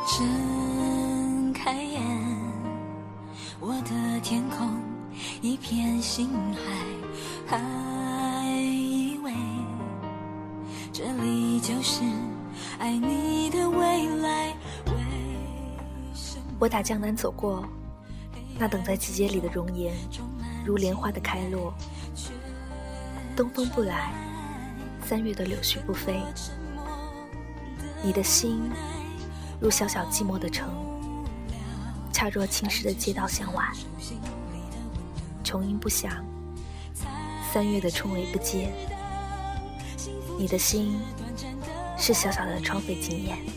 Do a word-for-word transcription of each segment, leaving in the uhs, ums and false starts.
睁开眼，我的天空一片星海，还以为这里就是爱你的未来。 我打江南走过，那等在季节里的容颜，如莲花的开落。东风不来，三月的柳絮不飞。你的心如小小寂寞的城，恰若青石的街道向晚。琼音不响，三月的春雷不接。你的心是小小的窗扉惊艳。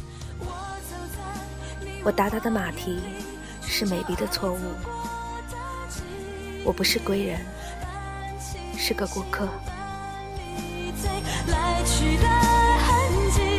我达达的马蹄是美丽的错误，我不是归人，是个过客。 来去的痕迹，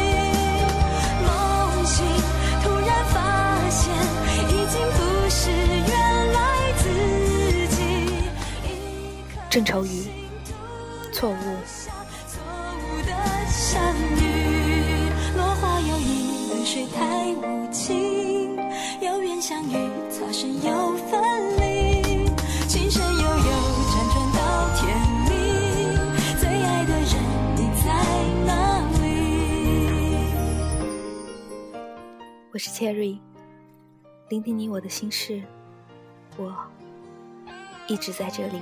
梦醒突然发现已经不是原来自己。 郑愁予，错误。 错误的相遇，落花有意，流水太无情，有缘相遇，擦身又分离，情深悠悠，辗转到天明，最爱的人你在哪里？ 我是 Cherry， 聆听你我的心事，我一直在这里。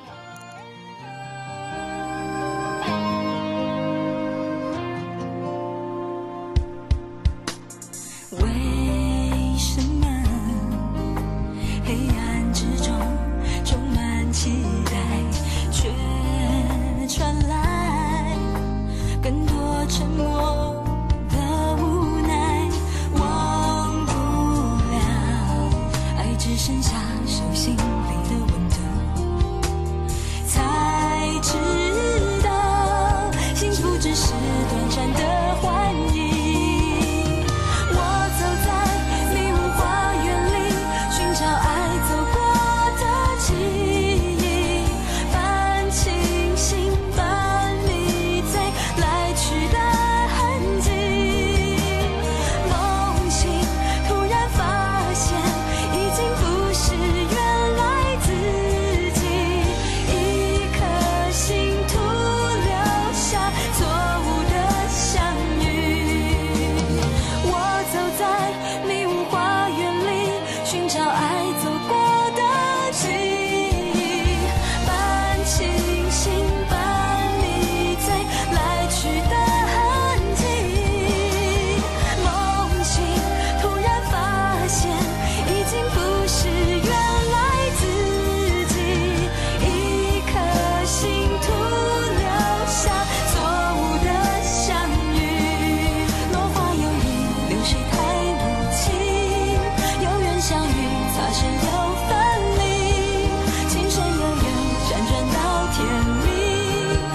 为什么黑暗之中充满期待，却传来更多沉默的无奈？忘不了，爱只剩下手心里的温度，才知道幸福只是短暂的幻影。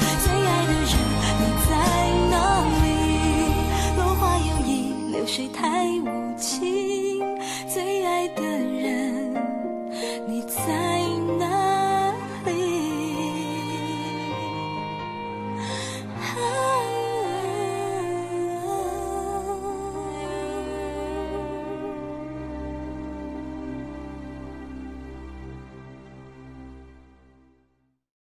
水太